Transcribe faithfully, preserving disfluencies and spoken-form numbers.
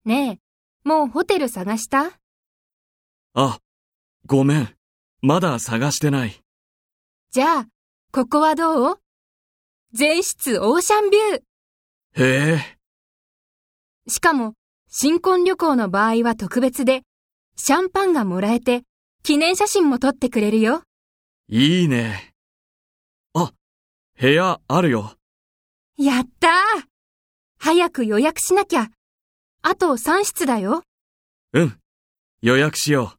ねえ、もうホテル探した？ あ、ごめん。まだ探してない。 じゃあ、ここはどう？全室オーシャンビュー。 へえ。 しかも、新婚旅行の場合は特別で、シャンパンがもらえて、記念写真も撮ってくれるよ。 いいね。あ、部屋あるよ。 やったー！早く予約しなきゃ。あとさん室だよ。 うん、予約しよう。